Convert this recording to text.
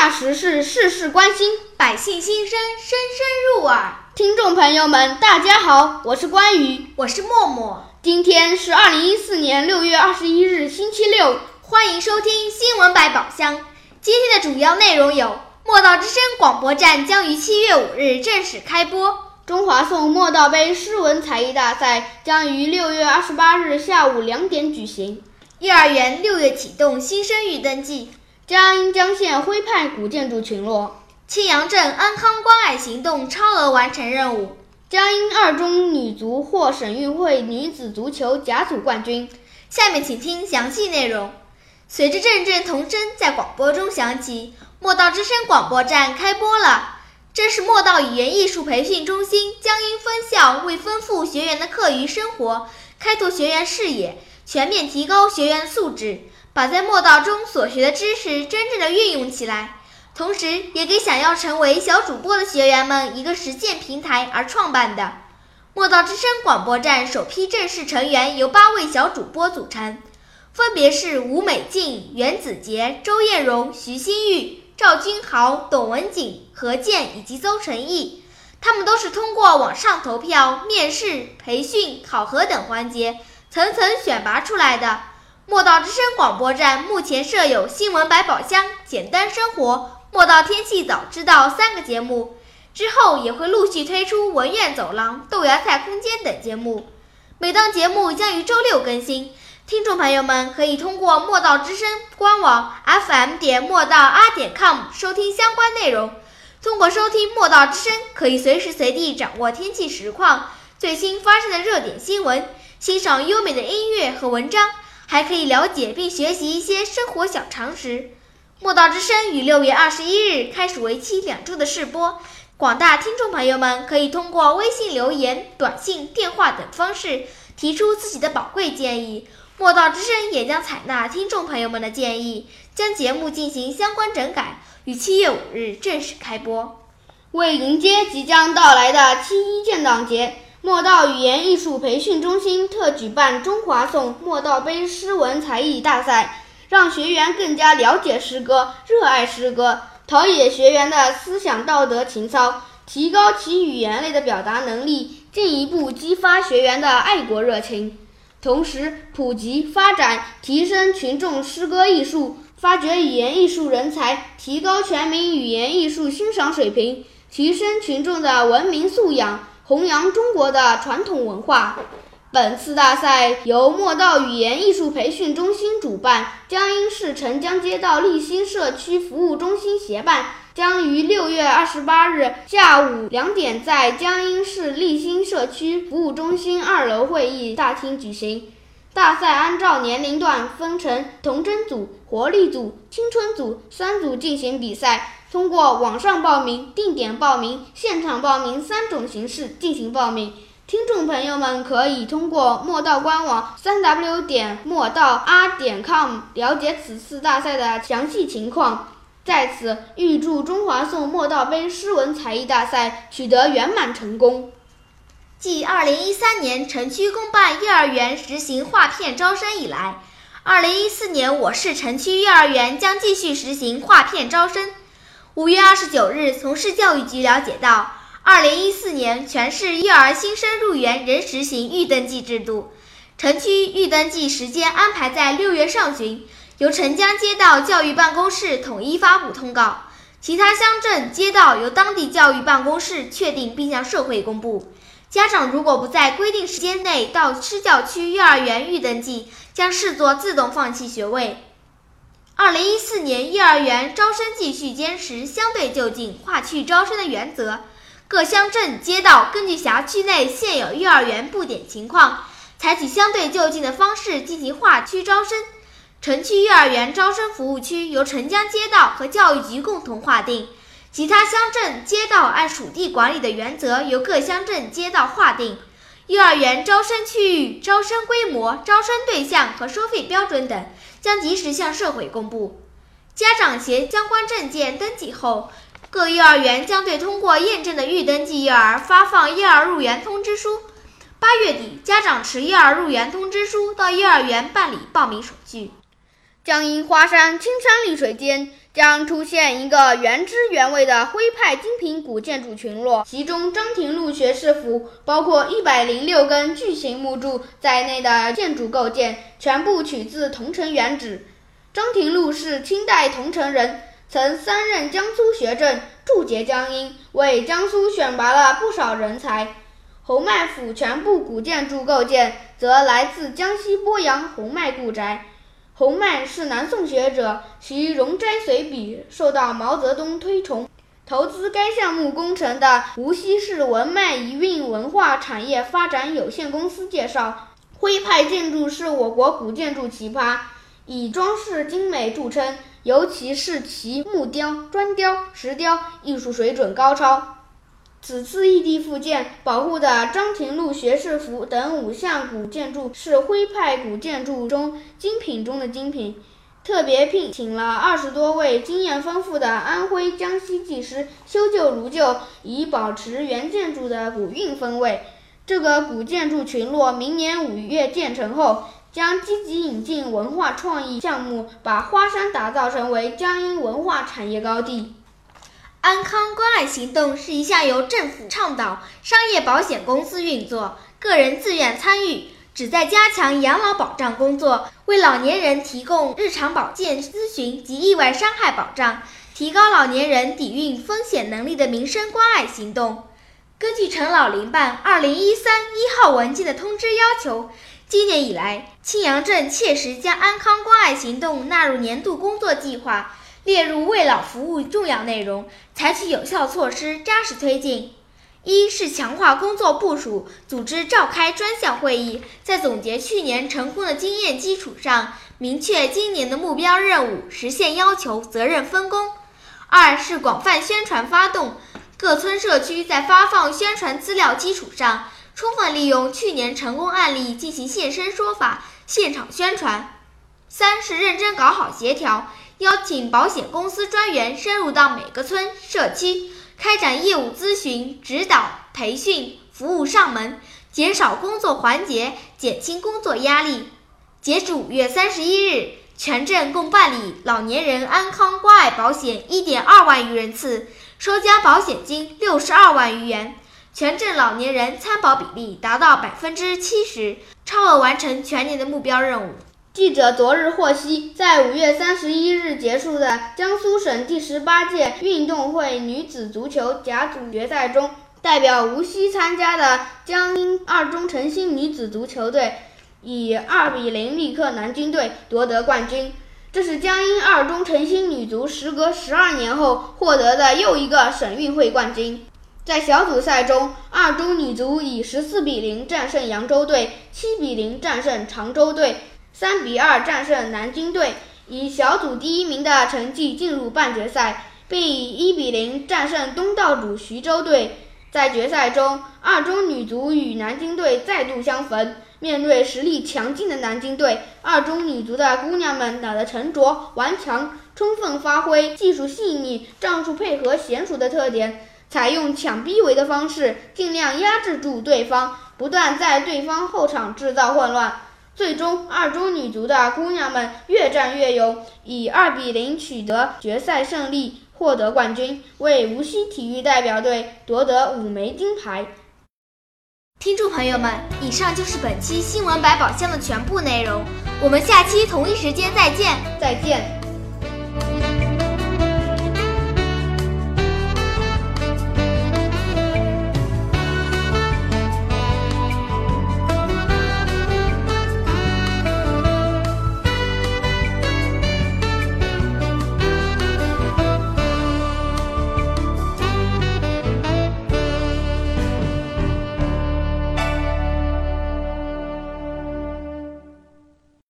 大时事，事事关心， 百姓心声，声声入耳。 听众朋友们，大家好，我是关羽， 我是默默。 今天是2014年6月21日，星期六， 欢迎收听新闻百宝箱。今天的主要内容有：默道之声广播站将于7月5日正式开播； 中华颂默道杯诗文才艺大赛将于6月28日下午2点举行； 幼儿园6月启动新生预登记； 江阴江县徽派古建筑群落； 青阳镇安康关爱行动超额完成任务； 江阴2中女足获省运会女子足球甲组冠军。 下面请听详细内容。随着阵阵童声在广播中响起，默道之声广播站开播了。这是默道语言艺术培训中心江阴分校为丰富学员的课余生活，开拓学员视野，全面提高学员素质，把在默道中所学的知识真正的运用起来，同时也给想要成为小主播的学员们一个实践平台而创办的。默道之声广播站首批正式成员由8位小主播组成，分别是吴美静、袁子杰、周艳荣、徐新玉、赵君豪、董文锦、何健以及邹成义。他们都是通过网上投票、面试、培训、考核等环节层层选拔出来的。默道之声广播站目前设有新闻百宝箱、简单生活、默道天气早知道3个节目，之后也会陆续推出文苑走廊、豆芽菜空间等节目。每档节目将于周6更新，听众朋友们可以通过默道之声官网 fm.默道r.com 收听相关内容。通过收听默道之声，可以随时随地掌握天气实况、最新发生的热点新闻，欣赏优美的音乐和文章，还可以了解并学习一些生活小常识。默道之声于6月21日开始为期2周的试播，广大听众朋友们可以通过微信留言、短信、电话等方式提出自己的宝贵建议，默道之声也将采纳听众朋友们的建议，将节目进行相关整改，于7月5日正式开播。 为迎接即将到来的7.1建党节，默道语言艺术培训中心特举办中华颂默道杯诗文才艺大赛，让学员更加了解诗歌，热爱诗歌，陶冶学员的思想道德情操，提高其语言类的表达能力，进一步激发学员的爱国热情。同时普及、发展、提升群众诗歌艺术，发掘语言艺术人才，提高全民语言艺术欣赏水平，提升群众的文明素养，弘扬中国的传统文化。本次大赛由默道语言艺术培训中心主办，江阴市澄江街道立新社区服务中心协办，将于6月28日下午2点在江阴市立新社区服务中心2楼会议大厅举行。大赛按照年龄段分成童真组、活力组、青春组3组进行比赛，通过网上报名、定点报名、现场报名3种形式进行报名。听众朋友们可以通过默道官网 3w.默道r.com 了解此次大赛的详细情况。在此预祝中华颂默道杯诗文才艺大赛取得圆满成功。 继2013年城区公办幼儿园实行划片招生以来，2014年我市城区幼儿园将继续实行划片招生。5月29日，从市教育局了解到，2014年全市幼儿新生入园仍实行预登记制度，城区预登记时间安排在6月上旬，由澄江街道教育办公室统一发布通告，其他乡镇街道由当地教育办公室确定并向社会公布。家长如果不在规定时间内到市教区幼儿园预登记，将视作自动放弃学位。2014年幼儿园招生继续坚持相对就近、划区招生的原则，各乡镇街道根据辖区内现有幼儿园布点情况，采取相对就近的方式进行划区招生。城区幼儿园招生服务区由澄江街道和教育局共同划定，其他乡镇街道按属地管理的原则由各乡镇街道划定。幼儿园招生区域、招生规模、招生对象和收费标准等将及时向社会公布。家长携相关证件登记后，各幼儿园将对通过验证的预登记幼儿发放幼儿入园通知书。8月底，家长持幼儿入园通知书到幼儿园办理报名手续。 江阴花山青山绿水间将出现一个原汁原味的徽派精品古建筑群落，其中张廷禄学士府包括106根巨型木柱在内的建筑构件，全部取自桐城原址。张廷禄是清代桐城人，曾3任江苏学政，驻节江阴，为江苏选拔了不少人才。洪迈府全部古建筑构件则来自江西鄱阳洪迈故宅。洪迈是南宋学者，其容斋随笔受到毛泽东推崇。投资该项目工程的无锡市文脉遗韵文化产业发展有限公司介绍，徽派建筑是我国古建筑奇葩，以装饰精美著称，尤其是其木雕、砖雕、石雕艺术水准高超。此次异地复建保护的张廷禄学士府等5项古建筑是徽派古建筑中精品中的精品，特别聘请了20多位经验丰富的安徽、江西技师修旧如旧，以保持原建筑的古韵风味。这个古建筑群落明年5月建成后，将积极引进文化创意项目，把花山打造成为江阴文化产业高地。 安康关爱行动是一项由政府倡导、商业保险公司运作、个人自愿参与，旨在加强养老保障工作，为老年人提供日常保健咨询及意外伤害保障，提高老年人抵御风险能力的民生关爱行动。根据陈老龄办2013-1号文件的通知要求，今年以来，青阳镇切实将安康关爱行动纳入年度工作计划，列入为老服务重要内容，采取有效措施，扎实推进。一是强化工作部署，组织召开专项会议，在总结去年成功的经验基础上，明确今年的目标任务、实现要求、责任分工。二是广泛宣传发动，各村社区在发放宣传资料基础上，充分利用去年成功案例进行现身说法、现场宣传。三是认真搞好协调，邀请保险公司专员深入到每个村社区，开展业务咨询、指导、培训、服务上门，减少工作环节，减轻工作压力。截至5月31日，全镇共办理老年人安康关爱保险1.2万余人次，收交保险金62万余元，全镇老年人参保比例达到70%，超额完成全年的目标任务。 记者昨日获悉，在5月31日结束的江苏省第18届运动会女子足球甲组决赛中，代表无锡参加的江阴二中诚心女子足球队以2-0力克南京队夺得冠军。这是江阴二中诚心女足时隔12年后获得的又一个省运会冠军。在小组赛中，二中女足以14-0战胜扬州队，7-0战胜常州队，3-2战胜南京队，以小组第1名的成绩进入半决赛，并以1-0战胜东道主徐州队。在决赛中，二中女足与南京队再度相逢，面对实力强劲的南京队，二中女足的姑娘们打得沉着顽强，充分发挥技术细腻、战术配合娴熟的特点，采用抢逼围的方式，尽量压制住对方，不断在对方后场制造混乱。最终，二中女足的姑娘们越战越勇，以2-0取得决赛胜利，获得冠军，为无锡体育代表队夺得5枚金牌。 听众朋友们，以上就是本期新闻百宝箱的全部内容，我们下期同一时间再见。 再见。